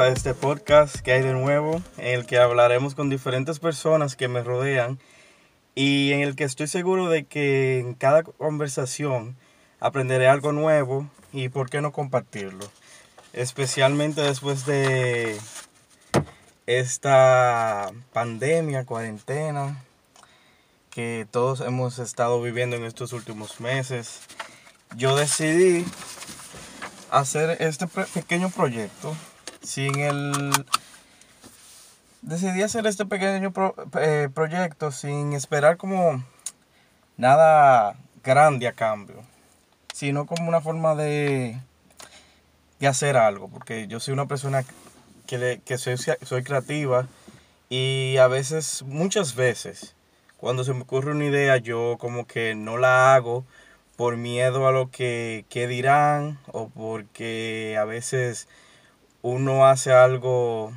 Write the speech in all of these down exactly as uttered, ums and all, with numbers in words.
a este podcast que hay de nuevo, en el que hablaremos con diferentes personas que me rodean y en el que estoy seguro de que en cada conversación aprenderé algo nuevo y por qué no compartirlo, especialmente después de esta pandemia, cuarentena que todos hemos estado viviendo en estos últimos meses. Yo decidí hacer este pequeño proyecto sin el decidí hacer este pequeño pro, eh, proyecto sin esperar como nada grande a cambio, sino como una forma de, de hacer algo, porque yo soy una persona que, le, que soy, soy creativa y a veces, muchas veces, cuando se me ocurre una idea yo como que no la hago por miedo a lo que, que dirán, o porque a veces uno hace algo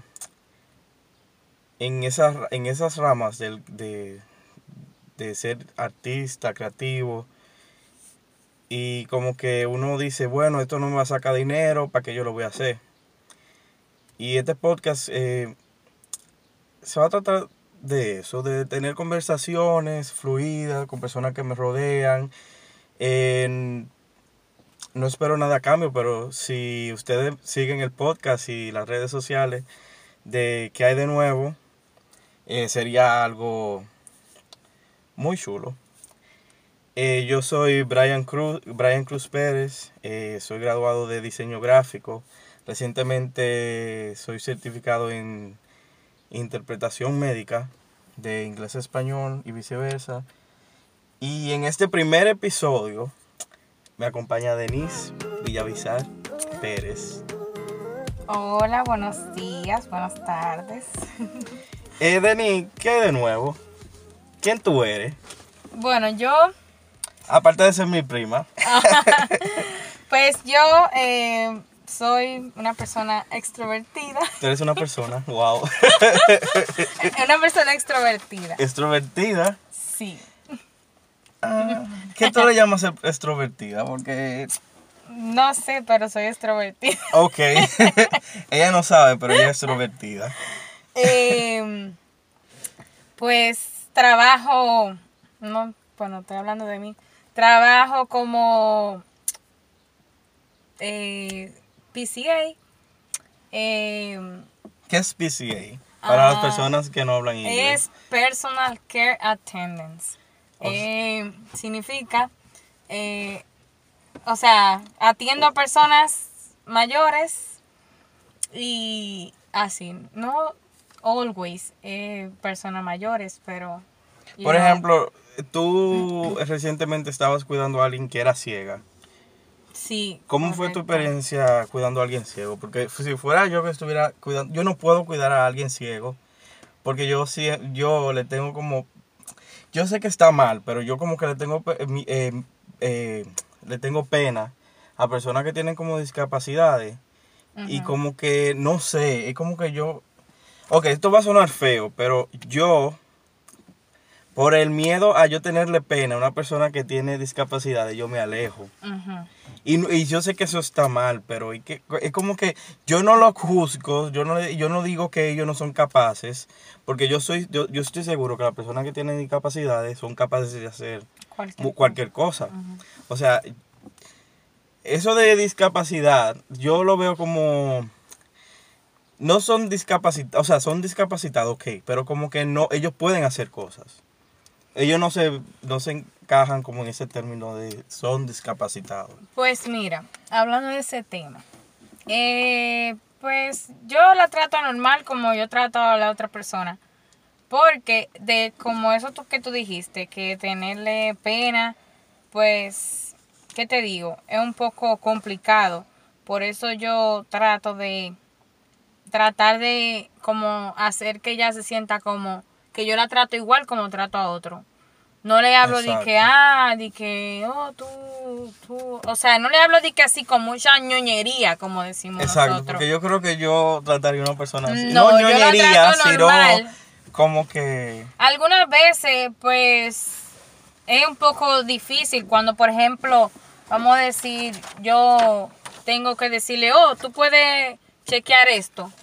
en esas, en esas ramas de, de, de ser artista, creativo, y como que uno dice, bueno, esto no me va a sacar dinero, ¿para qué yo lo voy a hacer? Y este podcast eh, se va a tratar de eso, de tener conversaciones fluidas con personas que me rodean. Eh, no espero nada a cambio, pero si ustedes siguen el podcast y las redes sociales de ¿Qué hay de nuevo? Eh, sería algo muy chulo. Eh, yo soy Brian Cruz, Brian Cruz Pérez, eh, soy graduado de diseño gráfico. Recientemente soy certificado en interpretación médica de inglés a español y viceversa. Y en este primer episodio me acompaña Denise Villavizar Pérez. Hola, buenos días, buenas tardes. Eh, Denise, ¿qué de nuevo? ¿Quién tú eres? Bueno, yo... Aparte de ser mi prima. Pues yo eh, soy una persona extrovertida. Tú eres una persona, wow. Una persona extrovertida. ¿Extrovertida? Sí. Ah, ¿qué tú le llamas extrovertida? Porque... No sé, pero soy extrovertida. Ok. Ella no sabe, pero ella es extrovertida. Eh, pues trabajo... No, bueno, estoy hablando de mí. Trabajo como eh, P C A. Eh, ¿Qué es P C A? Para ah, las personas que no hablan inglés. Es Personal Care Attendance. Eh, significa, eh, o sea, atiendo a personas mayores y así, no always eh, personas mayores, pero... Por know. ejemplo, tú recientemente estabas cuidando a alguien que era ciega. Sí. ¿Cómo correcto. fue tu experiencia cuidando a alguien ciego? Porque si fuera yo que estuviera cuidando, yo no puedo cuidar a alguien ciego, porque yo sí, yo le tengo como... Yo sé que está mal, pero yo como que le tengo eh, eh, le tengo pena a personas que tienen como discapacidades. Uh-huh. Y como que, no sé, es como que yo... Ok, esto va a sonar feo, pero yo, por el miedo a yo tenerle pena a una persona que tiene discapacidades, yo me alejo. Uh-huh. Y, y yo sé que eso está mal, pero es, que, es como que yo no lo juzgo, yo no, yo no digo que ellos no son capaces, porque yo soy yo, yo estoy seguro que las personas que tienen discapacidades son capaces de hacer cualquier, cualquier cosa. Uh-huh. O sea, eso de discapacidad, yo lo veo como... No son discapacitados, o sea, son discapacitados, ok, pero como que no, ellos pueden hacer cosas. Ellos no se, no se encajan como en ese término de son discapacitados. Pues mira, hablando de ese tema, eh, pues yo la trato normal como yo trato a la otra persona. Porque de como eso tú, que tú dijiste, que tenerle pena, pues, ¿qué te digo? Es un poco complicado. Por eso yo trato de, tratar de como hacer que ella se sienta como, que yo la trato igual como trato a otro. No le hablo Exacto. de que, ah, de que, oh, tú, tú, o sea, no le hablo de que así con mucha ñoñería, como decimos Exacto, nosotros. Porque yo creo que yo trataría a una persona así. No, no yo ñoñería, la trato normal. Sino como que... Algunas veces, pues, es un poco difícil cuando, por ejemplo, vamos a decir, yo tengo que decirle, oh, tú puedes chequear esto.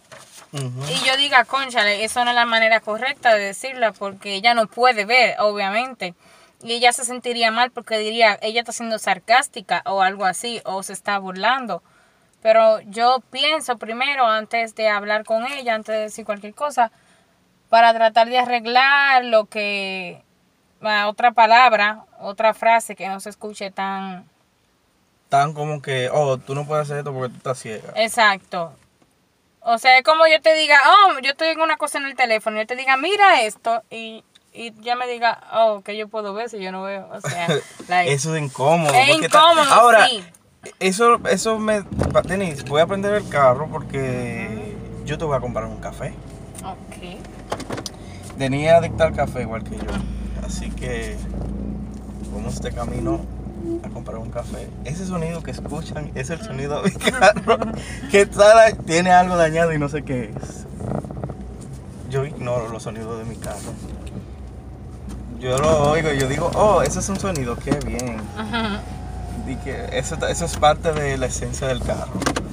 Ujú. y yo diga, cónchale, eso no es la manera correcta de decirla porque ella no puede ver, obviamente. Y ella se sentiría mal porque diría, ella está siendo sarcástica o algo así, o se está burlando. Pero yo pienso primero, antes de hablar con ella, antes de decir cualquier cosa, para tratar de arreglar lo que, ah, otra palabra, otra frase que no se escuche tan... Tan como que, oh, tú no puedes hacer esto porque tú estás ciega. Exacto. O sea, es como yo te diga, oh, yo estoy en una cosa en el teléfono, y yo te diga, mira esto, y, y ya me diga, oh, que yo puedo ver si yo no veo. O sea, like, Eso es incómodo. es porque incómodo, ta- Ahora, sí. eso, eso me... Denis, voy a prender el carro porque yo te voy a comprar un café. Ok. Denis es adicta al café igual que yo. Así que vamos de camino a comprar un café. Ese sonido que escuchan es el sonido de mi carro. Que está, tiene algo dañado y no sé qué es. Yo ignoro los sonidos de mi carro. Yo lo oigo y yo digo, oh, ese es un sonido, qué bien. Ajá. Y que eso, eso es parte de la esencia del carro.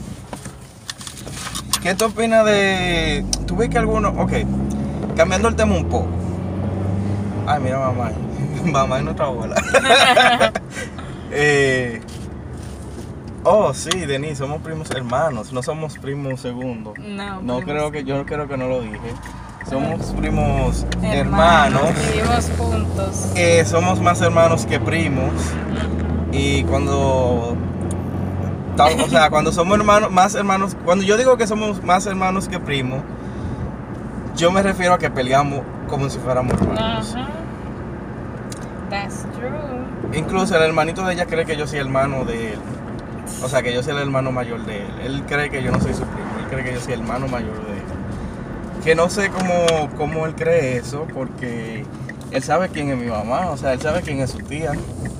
¿Qué tú opinas de... ¿Tú ves que algunos... Ok, cambiando el tema un poco. Ay, mira mamá. Mamá es nuestra abuela. eh, oh, sí, Denis, somos primos hermanos. No somos primos segundos. No, No primos. creo que... Yo creo que no lo dije. Somos primos hermanos. Vivimos juntos. Eh, somos más hermanos que primos. Y cuando... ta- O sea, cuando somos hermanos, más hermanos... Cuando yo digo que somos más hermanos que primos, yo me refiero a que peleamos como si fuéramos hermanos. Ajá. That's true. Incluso el hermanito de ella cree que yo soy hermano de él. O sea, que yo soy el hermano mayor de él. Él cree que yo no soy su primo. Él cree que yo soy el hermano mayor de él. Que no sé cómo, cómo él cree eso, porque él sabe quién es mi mamá. O sea, él sabe quién es su tía.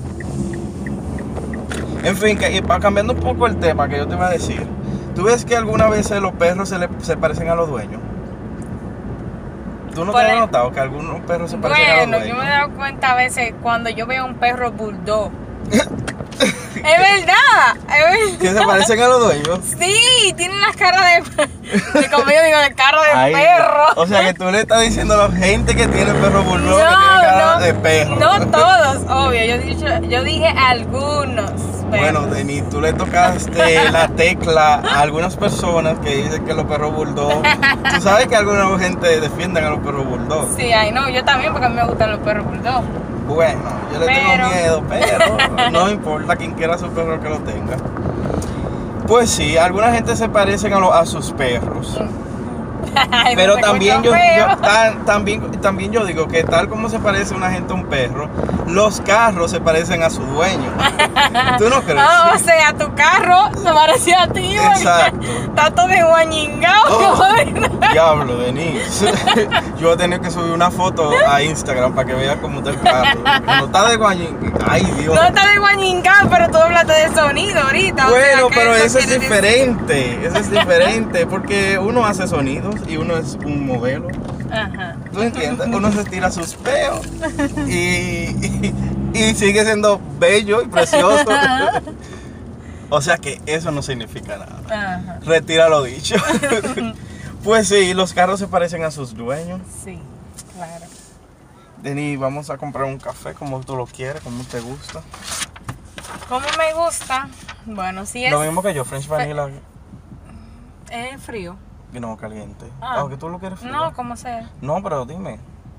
En fin, que, y pa- cambiando un poco el tema que yo te iba a decir. ¿Tú ves que algunas veces los perros se, le, se parecen a los dueños? ¿Tú no Por te has el- notado que algunos perros se parecen a los Bueno, dueños? yo me he dado cuenta a veces cuando yo veo un perro bulldog. Es verdad, es ¿Que verdad. se parecen a los dueños? Sí, tienen las caras de, de como yo digo, de cara de Ay, perro. O sea, que tú le estás diciendo a la gente que tiene perro bulldog que tiene No, cara no, de perro. no todos, obvio. Yo, dicho, yo dije algunos. Bueno, perros. Denis, tú le tocaste la tecla a algunas personas que dicen que los perros bulldog. Tú sabes que alguna gente defienden a los perros bulldog. Sí, ay, no, yo también porque a mí me gustan los perros bulldog. Bueno, yo le Pero- tengo miedo, pero no importa quien quiera su perro que lo tenga. Pues sí, alguna gente se parecen a, lo- a sus perros. Ay, Pero se también yo, escucha feo. yo- tan- también, también yo digo que tal como se parece una gente a un perro, los carros se parecen a su dueño. ¿Tú no crees? Ah, o sea, tu carro se parecía a ti. porque Exacto. Está todo de guañingao. Oh. como de- Diablo, Denise. Yo voy a tener que subir una foto a Instagram para que veas cómo está el carro. No está de guañín. Ay, Dios. No está de guañingao, pero tú hablaste de sonido ahorita. o sea, Bueno, que pero eso es quiere decir- diferente. Eso es diferente porque uno hace sonidos y uno es un modelo. Ajá. ¿Tú entiendes? Uno se tira sus peos y, y, y sigue siendo bello y precioso. O sea que eso no significa nada. Ajá. Retira lo dicho. Pues sí, los carros se parecen a sus dueños. Sí, claro. Denis, vamos a comprar un café como tú lo quieres, como te gusta. ¿Cómo me gusta? Bueno, si es, Lo mismo que yo, French Vanilla, es frío. y no caliente. Ah. Aunque tú lo quieres frío. No, como sea. No, pero dime.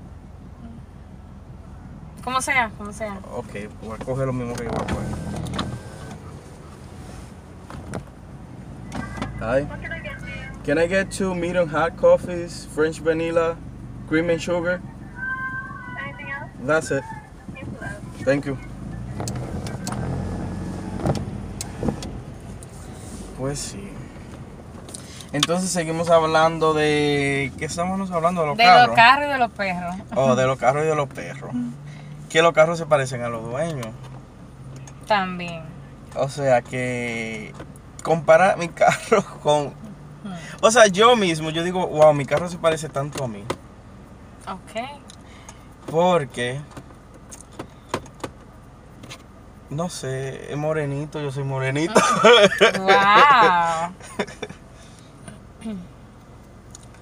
Como sea, como sea. Ok, voy a coger lo mismo que yo voy a coger. Hi. Can I get two medium hot coffees, French vanilla, cream and sugar? Anything else? That's it. Thank you. Pues sí. Entonces seguimos hablando de... ¿Qué estamos hablando? De los De carros. los carros y de los perros. Oh, de los carros y de los perros. Que los carros se parecen a los dueños. También. O sea que... Compara mi carro con... O sea, yo mismo, yo digo, wow, mi carro se parece tanto a mí. Ok. Porque... No sé, es morenito, yo soy morenito. Wow.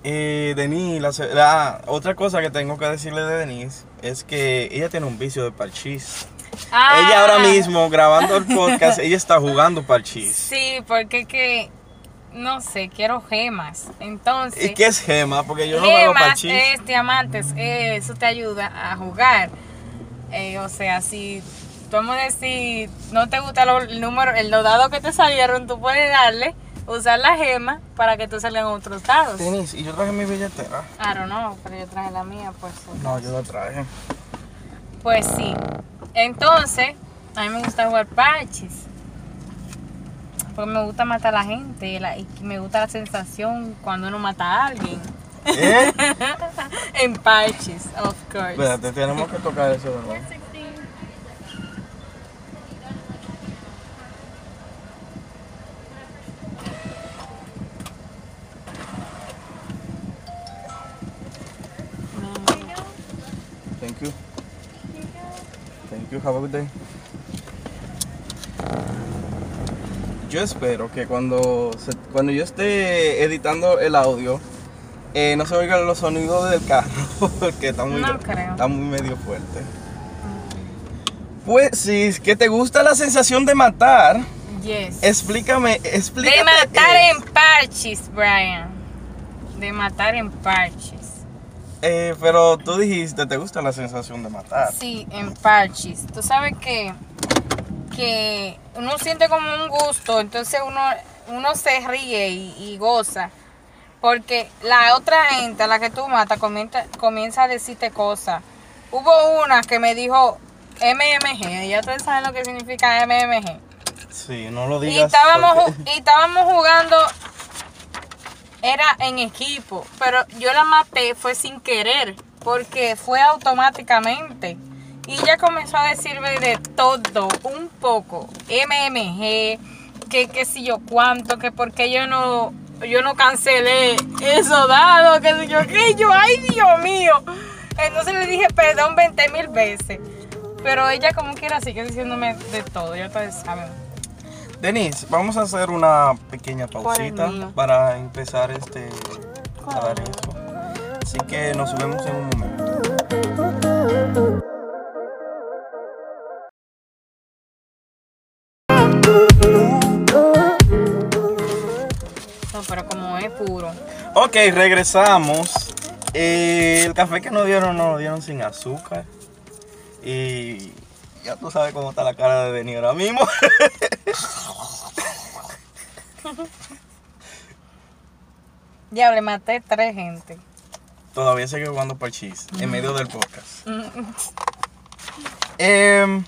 Eh, Denise, la, se- la- otra cosa que tengo que decirle de Denise es que ella tiene un vicio de parchís. Ah, Ella ahora mismo, grabando el podcast, ella está jugando parchís. Sí, porque que, no sé, quiero gemas. Entonces, ¿Y qué es gema? Porque yo no juego gemas parchís. es diamantes, eh, eso te ayuda a jugar. Eh, o sea, si, vamos a decir, no te gusta lo- el número, el los dados que te salieron, tú puedes darle, usar la gema para que te salgan otros dados. Denise, ¿y yo traje mi billetera? I don't know, pero yo traje la mía, pues. No, yo la traje. Pues sí. Entonces, a mí me gusta jugar parches. Porque me gusta matar a la gente y, la- y me gusta la sensación cuando uno mata a alguien. ¿Eh? En parches, of course. Espérate, tenemos que tocar eso de nuevo. sixteen. Thank you. Thank you. Have a good day. Yo espero que cuando, se- cuando yo esté editando el audio, eh, no se oigan los sonidos del carro, porque está muy, No creo. está muy medio fuerte. Pues sí, que te gusta la sensación de matar, Yes. explícame, De explícame. matar eh, en parches, Brian. De matar en parches. eh, pero tú dijiste, te gusta la sensación de matar. Sí, en parches. Tú sabes que, que uno siente como un gusto, entonces uno, uno se ríe y, y goza. Porque la otra gente a la que tú matas comienza, comienza a decirte cosas. Hubo una que me dijo M M G, ya ustedes saben lo que significa M M G. Sí, no lo Y digas. estábamos, porque- ju- y estábamos jugando, era en equipo, pero yo la maté, fue sin querer, porque fue automáticamente. Y ella comenzó a decirme de todo, un poco, M M G, que qué sé yo cuánto, que porque yo no, yo no cancelé esos dados, que sé yo qué, yo, ay Dios mío. Entonces le dije perdón veinte mil veces, pero ella como quiera sigue diciéndome de todo, ya ustedes saben. Denise, vamos a hacer una pequeña ¿Cuál pausita es mío? para empezar este a dar esto. Así que nos vemos en un momento. No, pero como es puro. Ok, regresamos. Eh, el café que nos dieron nos lo dieron sin azúcar. Y ya tú sabes cómo está la cara de Denise ahora mismo. Ya le maté tres gente. Todavía sigue jugando parchís en medio del podcast. Em,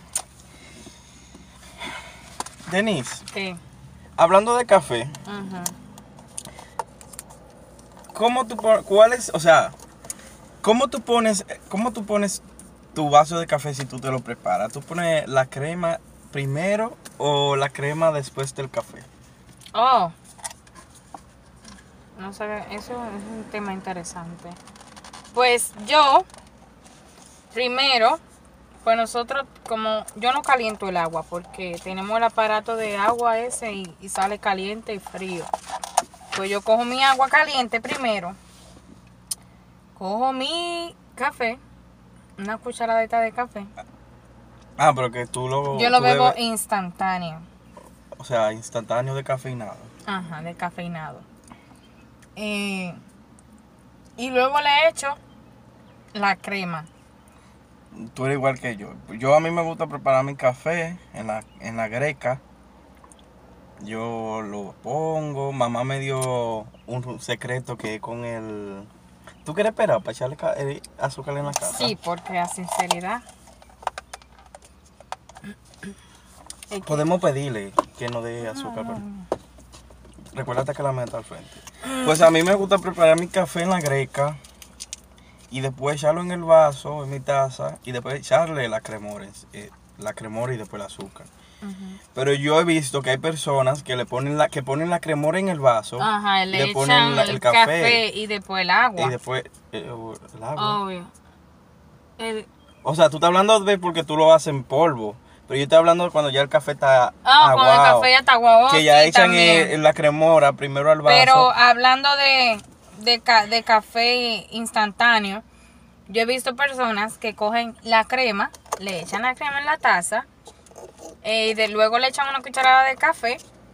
Denise, ¿Qué? hablando de café, Ujú. ¿cómo tú pones, cuál es, o sea, cómo tú pones, cómo tú pones tu vaso de café si tú te lo preparas? ¿Tú pones la crema primero o la crema después del café? Oh. No sé, eso es un tema interesante. Pues yo, primero, pues nosotros, como yo no caliento el agua porque tenemos el aparato de agua ese y, y sale caliente y frío. Pues yo cojo mi agua caliente primero, cojo mi café, una cucharadita de café. Ah, pero que tú lo... Yo lo tú bebo bebes- instantáneo. O sea, instantáneo de cafeinado. Ajá, descafeinado. Eh, y luego le echo la crema. Tú eres igual que yo. Yo a mí me gusta preparar mi café en la, en la greca. Yo lo pongo. Mamá me dio un secreto que es con el... ¿Tú quieres esperar para echarle ca- eh, azúcar en la casa? Sí, porque a sinceridad. Es que- Podemos pedirle que nos dé azúcar. pero Recuérdate que la meta al frente. Pues a mí me gusta preparar mi café en la greca. Y después echarlo en el vaso, en mi taza. Y después echarle la cremora, eh, la cremora y después el azúcar. Ujú. Pero yo he visto que hay personas que le ponen la, que ponen la cremora en el vaso. Ajá, le, le ponen echan la- el, el café. café, y después el agua. y después eh, el agua. Obvio. El, O sea, tú estás hablando de porque tú lo haces en polvo. Pero yo estoy hablando de cuando ya el café está ah, cuando el aguado. café ya está guau. Que ya sí, echan también. el- la cremora primero al vaso. Pero hablando de, de, ca- de café instantáneo, yo he visto personas que cogen la crema, le echan la crema en la taza, eh, y de, luego le echan una cucharada de café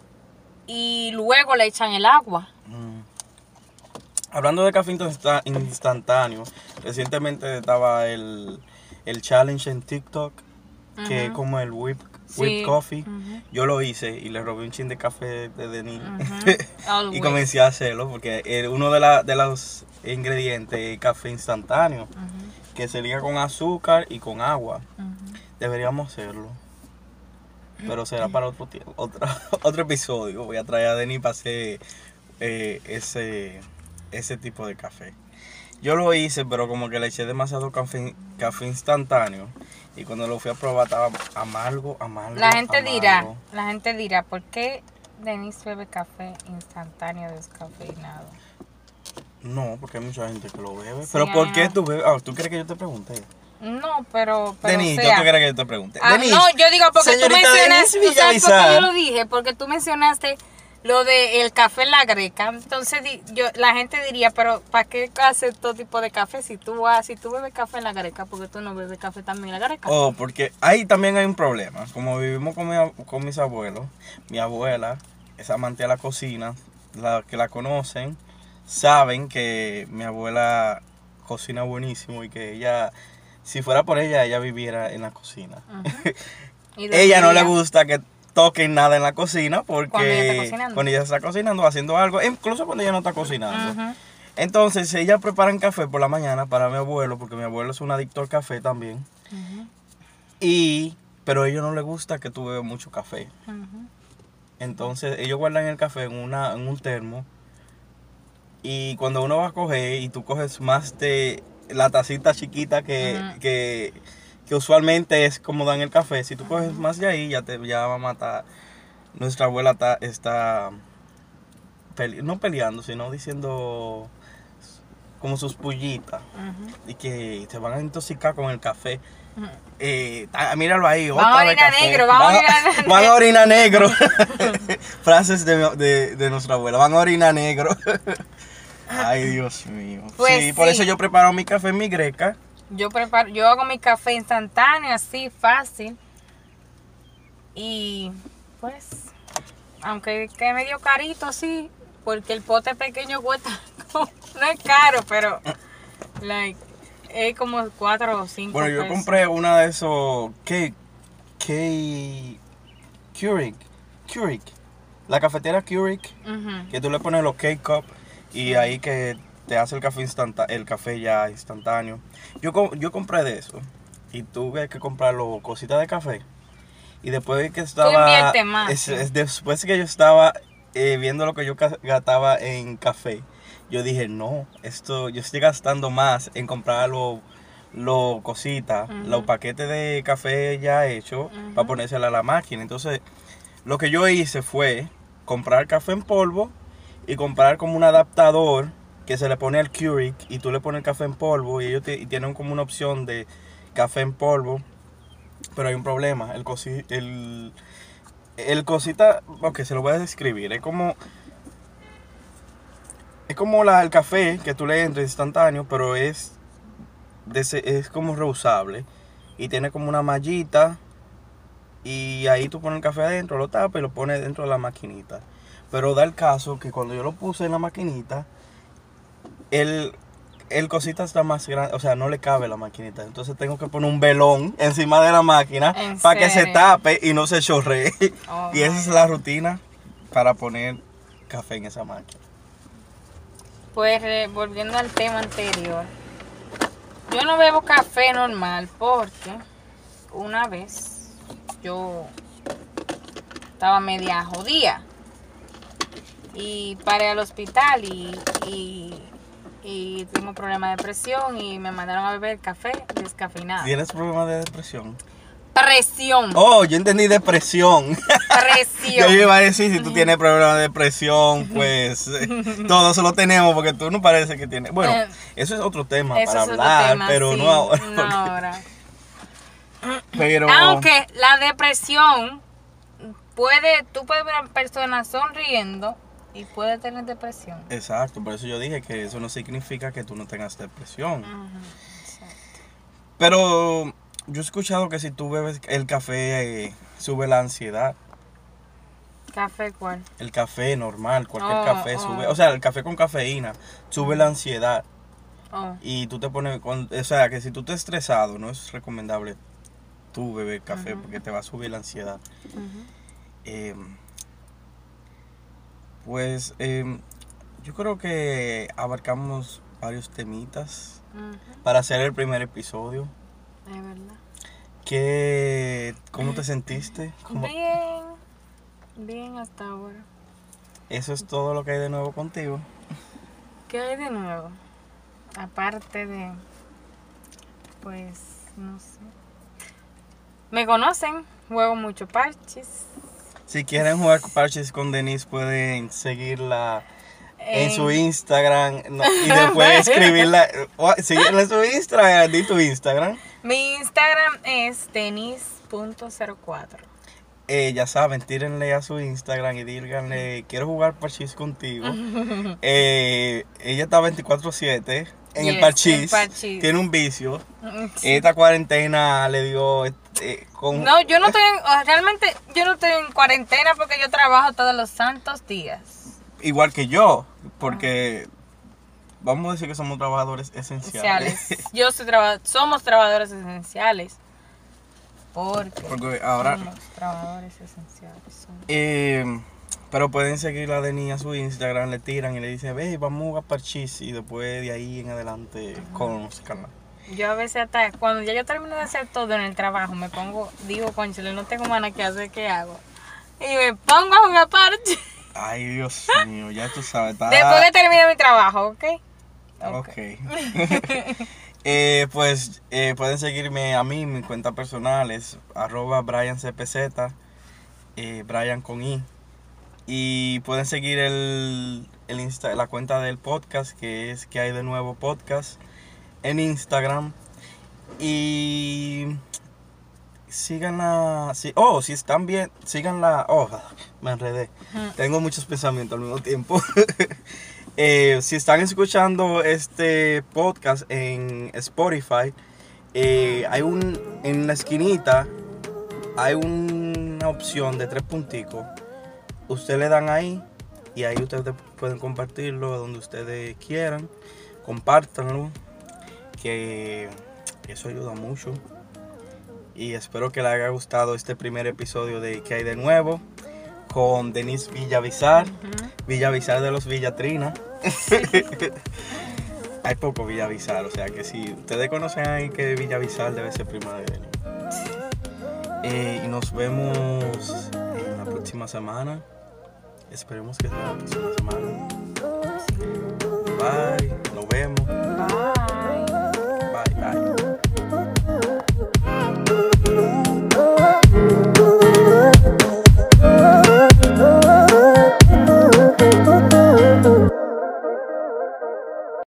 y luego le echan el agua. Mm. Hablando de café insta- instantáneo, recientemente estaba el, el challenge en TikTok, que es Ujú. como el whip, Sí. whip coffee. Ujú. Yo lo hice y le robé un chin de café de Denis. Ujú. All Y whip. comencé a hacerlo porque eh, uno de, la, de los ingredientes es café instantáneo, Ujú. que se liga con azúcar y con agua. Ujú. Deberíamos hacerlo. Pero será para otro tiempo, otro, otro episodio. Voy a traer a Denis para hacer eh, ese, ese tipo de café. Yo lo hice, pero como que le eché demasiado café, café instantáneo. Y cuando lo fui a probar estaba amargo, amargo. La gente amargo. dirá, la gente dirá, ¿por qué Denise bebe café instantáneo descafeinado? No, porque hay mucha gente que lo bebe. Sí, pero ¿por a qué mí no. tú bebes? Ah, ¿tú quieres que yo te pregunte? No, pero, pero Denis, o ¿qué sea, tú quieres que yo te pregunte? ah, Denis, no, yo digo porque tú señorita mencionaste, Denis ¿tú sabes por qué Villavizar. yo lo dije? Porque tú mencionaste lo de el café en la greca. Entonces di- yo, la gente diría, pero ¿para qué haces todo tipo de café si tú vas, si tú bebes café en la greca? Porque tú no bebes café también en la greca. Oh, porque ahí también hay un problema. Como vivimos con, mi ab- con mis abuelos, mi abuela es amante de la cocina. La que la conocen saben que mi abuela cocina buenísimo y que ella, si fuera por ella, ella viviera en la cocina. Ujú. Y Ella no le dormiría. gusta que toquen nada en la cocina porque Cuando ella está cocinando. cuando ella está cocinando, haciendo algo, incluso cuando ella no está cocinando. Ujú. Entonces, ella prepara café por la mañana para mi abuelo, porque mi abuelo es un adicto al café también. Ujú. Y, pero a ellos no les gusta que tú bebas mucho café. Ujú. Entonces, ellos guardan el café en, una, en un termo. Y cuando uno va a coger y tú coges más de la tacita chiquita que, Ujú. que, que usualmente es como dan el café, si tú coges más de ahí, ya te ya va a matar. Nuestra abuela está, está pele- no peleando, sino diciendo como sus pullitas. Ujú. Y que se van a intoxicar con el café. Ujú. Eh, ta- míralo ahí. Van a otra vez orinar café. negro, van a Van orinar van a orinar negro. Frases de, mi- de, de nuestra abuela. Van a orinar negro. Ay, Dios mío. Pues sí, por sí. eso yo preparo mi café en mi greca. Yo preparo, yo hago mi café instantáneo, así, fácil. Y pues, aunque que medio carito, sí, porque el pote pequeño cuesta, como- no es caro, pero like, es como cuatro o cinco Bueno, yo pesos. compré una de esos K K Keurig. Keurig. La cafetera Keurig. Ujú. Que tú le pones los K-Cup y ahí que te hace el café instantáneo, el café ya instantáneo. Yo, co- yo compré de eso y tuve que comprarlo cositas de café. Y después de que estaba... inviertes más, es- sí. es después que yo estaba eh, viendo lo que yo ca- gastaba en café, yo dije, no, esto yo estoy gastando más en comprar los lo cositas, Ujú. los paquetes de café ya hechos Ujú. para ponérsela a la máquina. Entonces, lo que yo hice fue comprar café en polvo y comprar como un adaptador que se le pone al Keurig y tú le pones el café en polvo y ellos te- y tienen como una opción de café en polvo. Pero hay un problema, el cosi, el, el cosita, ok, se lo voy a describir, es como, es como la, el café que tú le entras instantáneo, pero es, de ese- es como reusable y tiene como una mallita y ahí tú pones el café adentro, lo tapas y lo pones dentro de la maquinita. Pero da el caso que cuando yo lo puse en la maquinita, el, el cosita está más grande, o sea, no le cabe la maquinita. Entonces tengo que poner un velón encima de la máquina ¿En para que se serio? tape y no se chorree. Oh, y esa my es God. la rutina para poner café en esa máquina. Pues eh, volviendo al tema anterior, yo no bebo café normal porque una vez yo estaba media jodida y paré al hospital y, y, y tuvimos problemas de presión y me mandaron a beber café descafeinado. ¿Tienes problemas de depresión? Presión, Oh, yo entendí depresión. presión. Yo iba a decir, si tú tienes problemas de depresión, pues eh, todos lo tenemos porque tú no parece que tienes. Bueno, Eh, eso es otro tema Eso para es otro hablar, tema, pero sí, no ahora. no porque- ahora. Pero Aunque la depresión puede, tú puedes ver a una persona sonriendo Y puede tener depresión. Exacto, por eso yo dije que eso no significa que tú no tengas depresión. Ajá, exacto. Pero yo he escuchado que si tú bebes el café, eh, sube la ansiedad. ¿Café cuál? El café normal, cualquier Oh, café oh. sube. O sea, el café con cafeína sube la ansiedad. Oh, Y tú te pones, con- o sea, que si tú estás estresado, no es recomendable tú beber café Ujú. porque te va a subir la ansiedad. ujú. Eh, pues eh, yo creo que abarcamos varios temitas Ujú, para hacer el primer episodio. es verdad. ¿Qué, ¿Cómo te sentiste? ¿Cómo- Bien, bien hasta ahora. Eso es todo lo que hay de nuevo contigo. ¿Qué hay de nuevo? Aparte de, pues, no sé. Me conocen, juego mucho parches. Si quieren jugar parches con Denise, pueden seguirla en su En- Instagram no, y después escribirla. o- Síguela en su Instagram, di tu Instagram. Mi Instagram es denis punto cero cuatro. Eh, ya saben, tírenle a su Instagram y díganle, quiero jugar parchís contigo. Eh, ella está veinticuatro siete en el Yes, parchís. en parchís. Tiene un vicio. Esta cuarentena le dio eh, con... No, yo no estoy en, o realmente yo no estoy en cuarentena porque yo trabajo todos los santos días. Igual que yo, porque vamos a decir que somos trabajadores esenciales. Esenciales. Yo soy traba- somos trabajadores esenciales. Porque, Porque ahora... somos trabajadores esenciales. somos. Eh, pero pueden seguir a Denis a su Instagram, le tiran y le dicen, ve, vamos a jugar parchís y después de ahí en adelante conozcanla. Yo a veces hasta cuando ya yo termino de hacer todo en el trabajo me pongo, digo, conchale, no tengo nada que hacer, ¿qué hago? Y me pongo a jugar parche. Ay, Dios mío, ya tú sabes, está... Después que termine mi trabajo, ¿ok? Ok. Eh, pues eh, pueden seguirme a mí, mi cuenta personal es arroba briancpz, eh, Brian con I. Y pueden seguir el, el Insta, la cuenta del podcast, que es que hay de nuevo podcast, en Instagram. Y síganla, sí, oh, si están bien, síganla, oh, me enredé. Ujú. Tengo muchos pensamientos al mismo tiempo. Eh, si están escuchando este podcast en Spotify, eh, hay un en la esquinita hay una opción de tres punticos. Ustedes le dan ahí y ahí ustedes pueden compartirlo donde ustedes quieran. Compártanlo, que eso ayuda mucho. Y espero que les haya gustado este primer episodio de ¿Qué hay de nuevo? Con Denise Villavizar, Ujú. Villavizar de los Villatrina. Hay poco Villavizar, o sea que si ustedes conocen a alguien que Villavizar debe ser prima de él. Eh, y nos vemos en la próxima semana. Esperemos que sea la próxima semana. Bye.